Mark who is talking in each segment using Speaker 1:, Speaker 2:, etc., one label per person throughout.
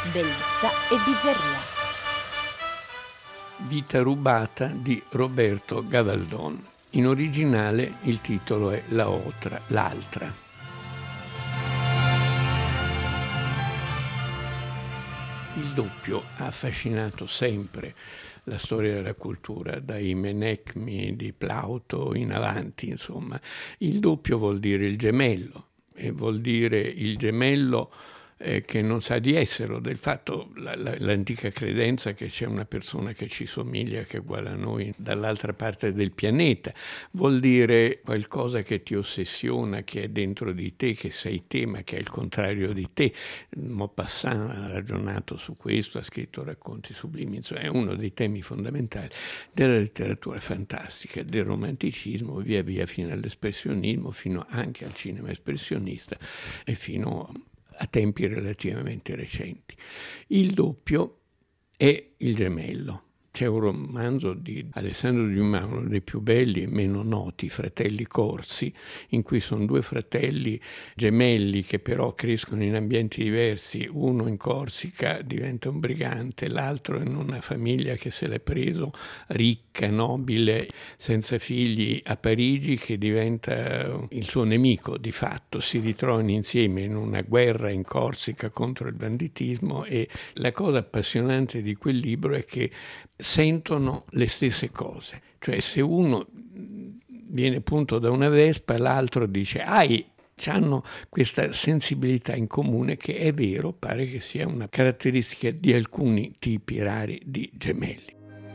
Speaker 1: Bellezza e bizzarria.
Speaker 2: Vita rubata di Roberto Gavaldon. In originale il titolo è La Otra, l'altra. Il doppio ha affascinato sempre la storia della cultura, dai Menechmi di Plauto in avanti, insomma. Il doppio vuol dire il gemello, e vuol dire il gemello che non sa di essere, del fatto l'antica credenza che c'è una persona che ci somiglia, che è uguale a noi dall'altra parte del pianeta, vuol dire qualcosa che ti ossessiona, che è dentro di te, che sei te, ma che è il contrario di te. Maupassant ha ragionato su questo, ha scritto racconti sublimi, insomma è uno dei temi fondamentali della letteratura fantastica, del romanticismo, via via fino all'espressionismo, fino anche al cinema espressionista e fino a tempi relativamente recenti. Il doppio è il gemello. C'è un romanzo di Alessandro Dumas, uno dei più belli e meno noti, Fratelli Corsi, in cui sono due fratelli gemelli che però crescono in ambienti diversi. Uno in Corsica diventa un brigante, l'altro in una famiglia che se l'è preso, ricca, nobile, senza figli, a Parigi, che diventa il suo nemico di fatto. Si ritrovano insieme in una guerra in Corsica contro il banditismo, e la cosa appassionante di quel libro è che sentono le stesse cose. Cioè, se uno viene punto da una vespa, l'altro dice hanno questa sensibilità in comune, che è vero, pare che sia una caratteristica di alcuni tipi rari di gemelli.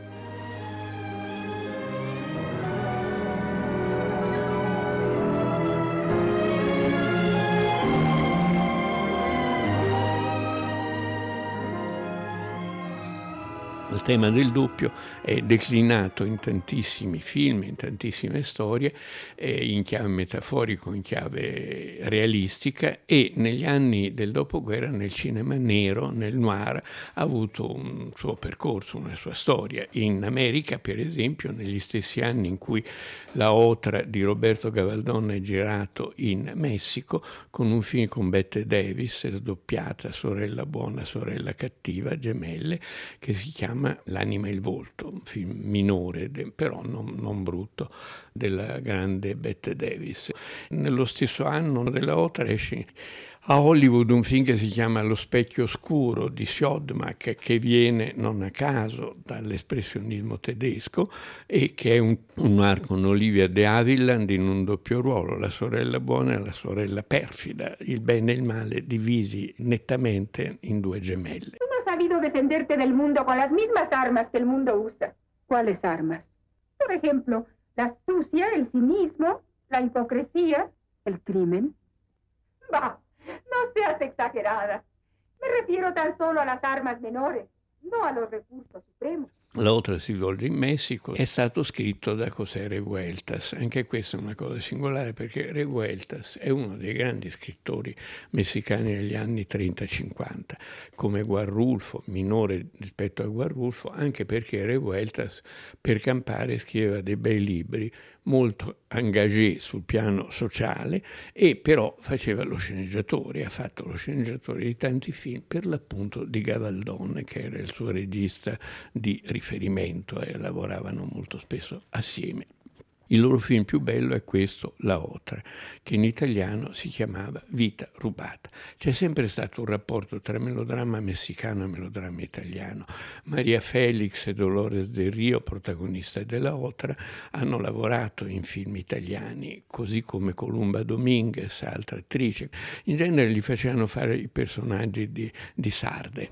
Speaker 2: Il tema del doppio è declinato in tantissimi film, in tantissime storie, in chiave metaforico, in chiave realistica, e negli anni del dopoguerra nel cinema nero, nel noir, ha avuto un suo percorso, una sua storia. In America, per esempio, negli stessi anni in cui La Otra di Roberto Gavaldon è girato in Messico, con un film con Bette Davis, sdoppiata, sorella buona, sorella cattiva, gemelle, che si chiama L'anima e il volto, un film minore, però non brutto, della grande Bette Davis. Nello stesso anno della Otra esce a Hollywood un film che si chiama Lo specchio oscuro di Siodmak, che viene non a caso dall'espressionismo tedesco e che è un noir con Olivia de Havilland in un doppio ruolo, la sorella buona e la sorella perfida, il bene e il male divisi nettamente in due gemelle.
Speaker 3: Tú no has sabido defenderte del mundo con las mismas armas que el mundo usa. ¿Cuáles armas? Por ejemplo, la astucia, el cinismo, la hipocresía, el crimen. Bah, no seas exagerada. Me refiero tan solo a las armas menores, no a los recursos supremos.
Speaker 2: La Otra si svolge in Messico, è stato scritto da José Revueltas. Anche questa è una cosa singolare, perché Revueltas è uno dei grandi scrittori messicani degli anni 30-50, come Guarrulfo, minore rispetto a Guarrulfo, anche perché Revueltas per campare scriveva dei bei libri molto engagé sul piano sociale, e però faceva lo sceneggiatore, ha fatto lo sceneggiatore di tanti film, per l'appunto di Gavaldon, che era il suo regista di riferimento, e lavoravano molto spesso assieme. Il loro film più bello è questo, La Otra, che in italiano si chiamava Vita rubata. C'è sempre stato un rapporto tra melodramma messicano e melodramma italiano. Maria Felix e Dolores del Rio, protagoniste della Otra, hanno lavorato in film italiani, così come Columba Dominguez, altra attrice. In genere gli facevano fare i personaggi di sarde,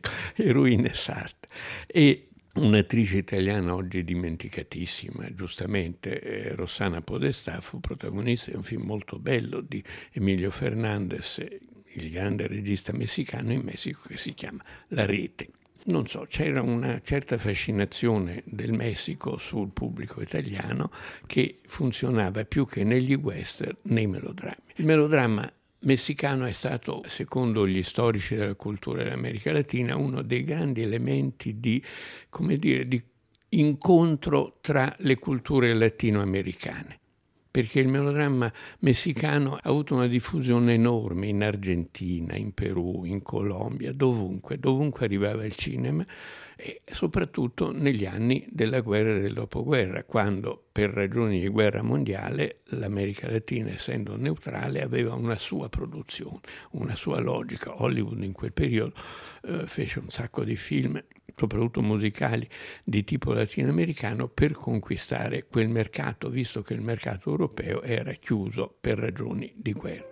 Speaker 2: eroine sarde. E un'attrice italiana oggi dimenticatissima, giustamente, Rossana Podestà, fu protagonista di un film molto bello di Emilio Fernandez, il grande regista messicano in Messico, che si chiama La Rete. Non so, c'era una certa fascinazione del Messico sul pubblico italiano che funzionava più che negli western nei melodrammi. Il melodramma messicano è stato, secondo gli storici della cultura dell'America Latina, uno dei grandi elementi di incontro tra le culture latinoamericane. perché il melodramma messicano ha avuto una diffusione enorme in Argentina, in Perù, in Colombia, dovunque arrivava il cinema, e soprattutto negli anni della guerra e del dopoguerra, quando per ragioni di guerra mondiale l'America Latina, essendo neutrale, aveva una sua produzione, una sua logica. Hollywood in quel periodo fece un sacco di film, soprattutto musicali, di tipo latinoamericano per conquistare quel mercato, visto che il mercato europeo era chiuso per ragioni di guerra.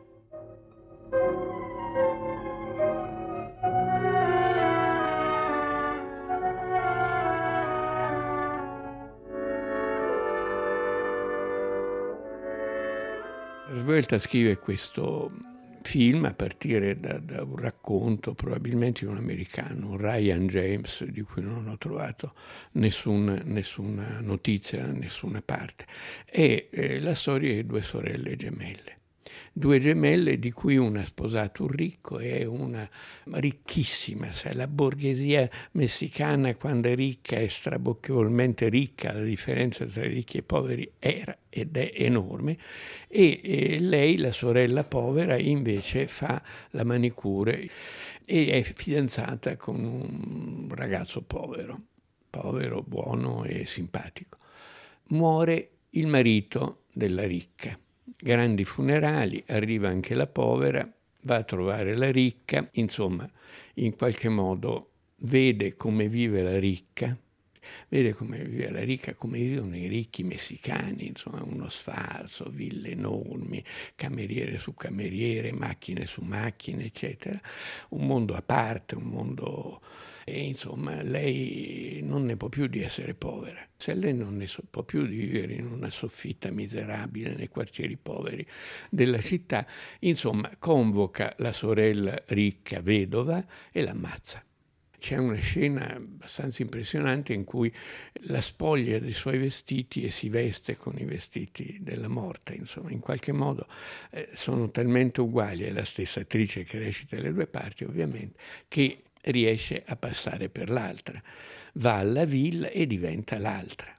Speaker 2: Revuelta scrive questo film a partire da un racconto probabilmente di un americano, un Ryan James, di cui non ho trovato nessuna notizia da nessuna parte. È la storia di due sorelle gemelle. Due gemelle di cui una ha sposato un ricco e una ricchissima, sai, la borghesia messicana quando è ricca è strabocchevolmente ricca, la differenza tra i ricchi e i poveri era ed è enorme, e lei, la sorella povera, invece fa la manicure e è fidanzata con un ragazzo povero, buono e simpatico. Muore il marito della ricca. Grandi funerali, arriva anche la povera, va a trovare la ricca, insomma, in qualche modo vede come vive la ricca, come vivono i ricchi messicani, insomma, uno sfarzo, ville enormi, cameriere su cameriere, macchine su macchine, eccetera, un mondo a parte, un mondo. E insomma, lei non ne può più di essere povera. Se lei non ne può più di vivere in una soffitta miserabile nei quartieri poveri della città, insomma, convoca la sorella ricca vedova e l'ammazza. C'è una scena abbastanza impressionante in cui la spoglia dei suoi vestiti e si veste con i vestiti della morta, insomma, in qualche modo sono talmente uguali, è la stessa attrice che recita le due parti, ovviamente, che riesce a passare per l'altra, va alla villa e diventa l'altra,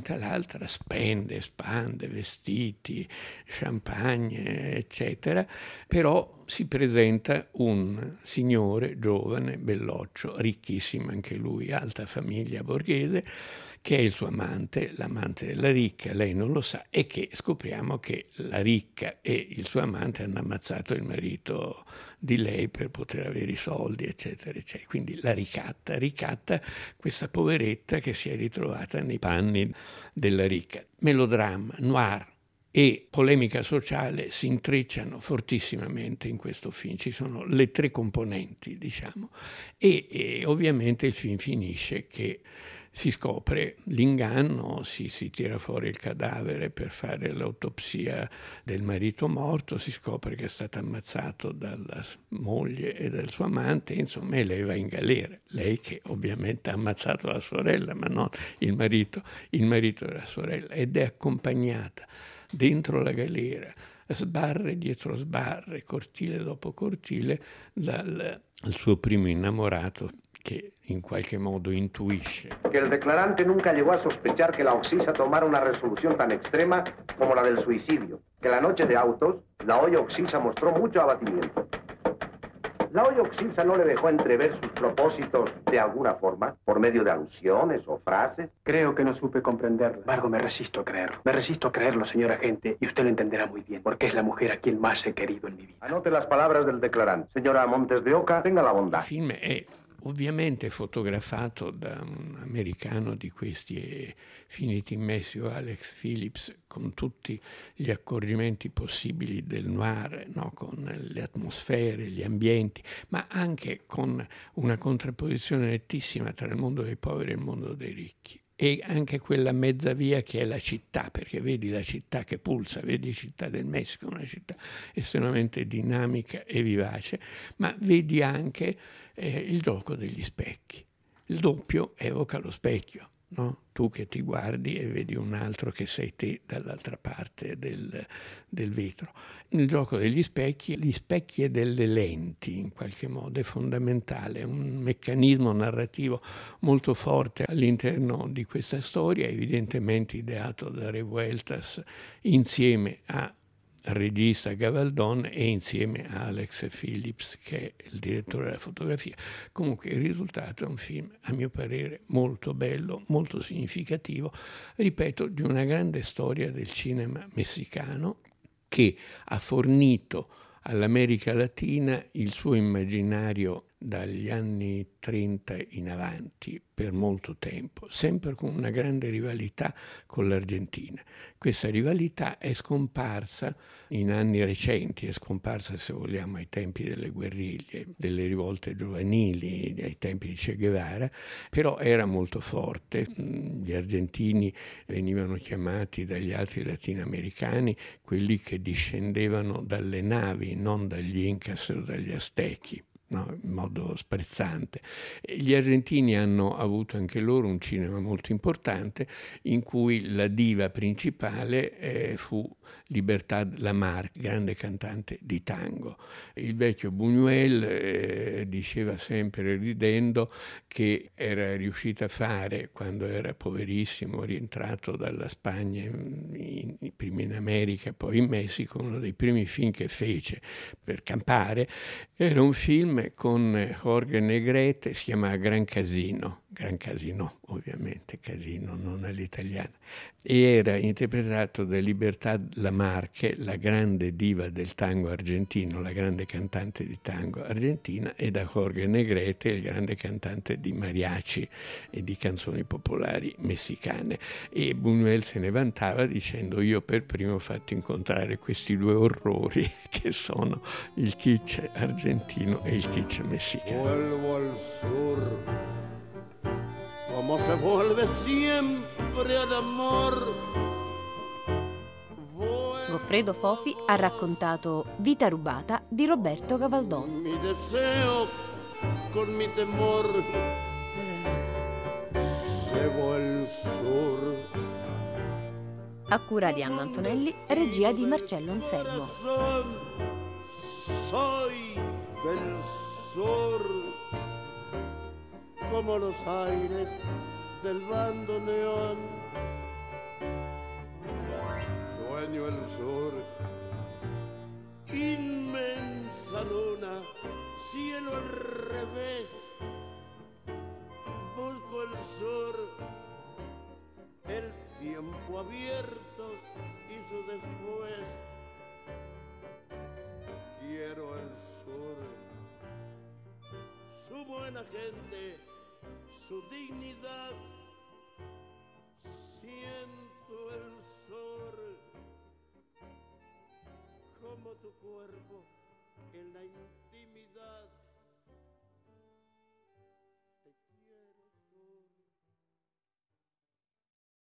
Speaker 2: spende, espande, vestiti, champagne, eccetera, però si presenta un signore giovane, belloccio, ricchissimo anche lui, alta famiglia borghese, che è il suo amante, l'amante della ricca, lei non lo sa, e che scopriamo che la ricca e il suo amante hanno ammazzato il marito di lei per poter avere i soldi, eccetera, eccetera. Quindi la ricatta questa poveretta che si è ritrovata nei panni della ricca. Melodramma, noir e polemica sociale si intrecciano fortissimamente in questo film, ci sono le tre componenti, diciamo, e ovviamente il film finisce che si scopre l'inganno, si tira fuori il cadavere per fare l'autopsia del marito morto, si scopre che è stato ammazzato dalla moglie e dal suo amante, insomma, e lei va in galera. Lei che ovviamente ha ammazzato la sorella, ma non il marito della sorella, ed è accompagnata dentro la galera, sbarre dietro sbarre, cortile dopo cortile, dal suo primo innamorato, que en cualquier modo intuisce.
Speaker 4: Que el declarante nunca llegó a sospechar que la Oxisa tomara una resolución tan extrema como la del suicidio, que la noche de autos, la olla Oxisa mostró mucho abatimiento. ¿La olla Oxisa no le dejó entrever sus propósitos de alguna forma, por medio de alusiones o frases?
Speaker 5: Creo que no supe comprenderlo. Embargo, me resisto a creerlo. Me resisto a creerlo, señor agente, y usted lo entenderá muy bien, porque es la mujer a quien más he querido en mi vida.
Speaker 4: Anote las palabras del declarante. Señora Montes de Oca, tenga la bondad.
Speaker 2: Il film è ovviamente fotografato da un americano di questi finiti in Messico, Alex Phillips, con tutti gli accorgimenti possibili del noir, no? Con le atmosfere, gli ambienti, ma anche con una contrapposizione nettissima tra il mondo dei poveri e il mondo dei ricchi. E anche quella mezza via che è la città, perché vedi la città che pulsa, vedi Città del Messico, una città estremamente dinamica e vivace, ma vedi anche il gioco degli specchi. Il doppio evoca lo specchio, no? Tu che ti guardi e vedi un altro che sei te dall'altra parte del vetro. Il gioco degli specchi, gli specchi e delle lenti in qualche modo è fondamentale, è un meccanismo narrativo molto forte all'interno di questa storia, evidentemente ideato da Revueltas insieme al regista Gavaldon e insieme a Alex Phillips, che è il direttore della fotografia. Comunque il risultato è un film, a mio parere, molto bello, molto significativo, ripeto, di una grande storia del cinema messicano che ha fornito all'America Latina il suo immaginario dagli anni 30 in avanti per molto tempo, sempre con una grande rivalità con l'Argentina. Questa rivalità è scomparsa in anni recenti, è scomparsa, se vogliamo, ai tempi delle guerriglie, delle rivolte giovanili, ai tempi di Che Guevara, però era molto forte. Gli argentini venivano chiamati dagli altri latinoamericani quelli che discendevano dalle navi, non dagli Incas o dagli Aztechi. No, in modo sprezzante. Gli argentini hanno avuto anche loro un cinema molto importante in cui la diva principale fu Libertad Lamar, grande cantante di tango. Il vecchio Buñuel diceva sempre ridendo che era riuscita a fare, quando era poverissimo, rientrato dalla Spagna prima in America, poi in Messico, uno dei primi film che fece per campare era un film con Jorge Negrete, si chiama Gran Casino ovviamente, Casino non all'italiana, e era interpretato da Libertad Lamarque, la grande diva del tango argentino, la grande cantante di tango argentina, e da Jorge Negrete, il grande cantante di mariachi e di canzoni popolari messicane. E Buñuel se ne vantava dicendo: io per primo ho fatto incontrare questi due orrori che sono il kitsch argentino e il kitsch messicano.
Speaker 6: Vuelvo al sur, como se vuelve siempre al amor.
Speaker 1: Goffredo Fofi ha raccontato Vita rubata di Roberto Gavaldon.
Speaker 6: Mi deseo con mi temor, llevo el sur.
Speaker 1: A cura di Anna Antonelli, regia di Marcello Anselmo.
Speaker 6: Soy del sur, como los aires del bandoneón. Sueño el sur, inmensa luna, cielo al revés. Busco el sur, el tiempo abierto y su después. Quiero el sur, su buena gente, su dignidad. Siento el sur como tu cuerpo en la intimidad.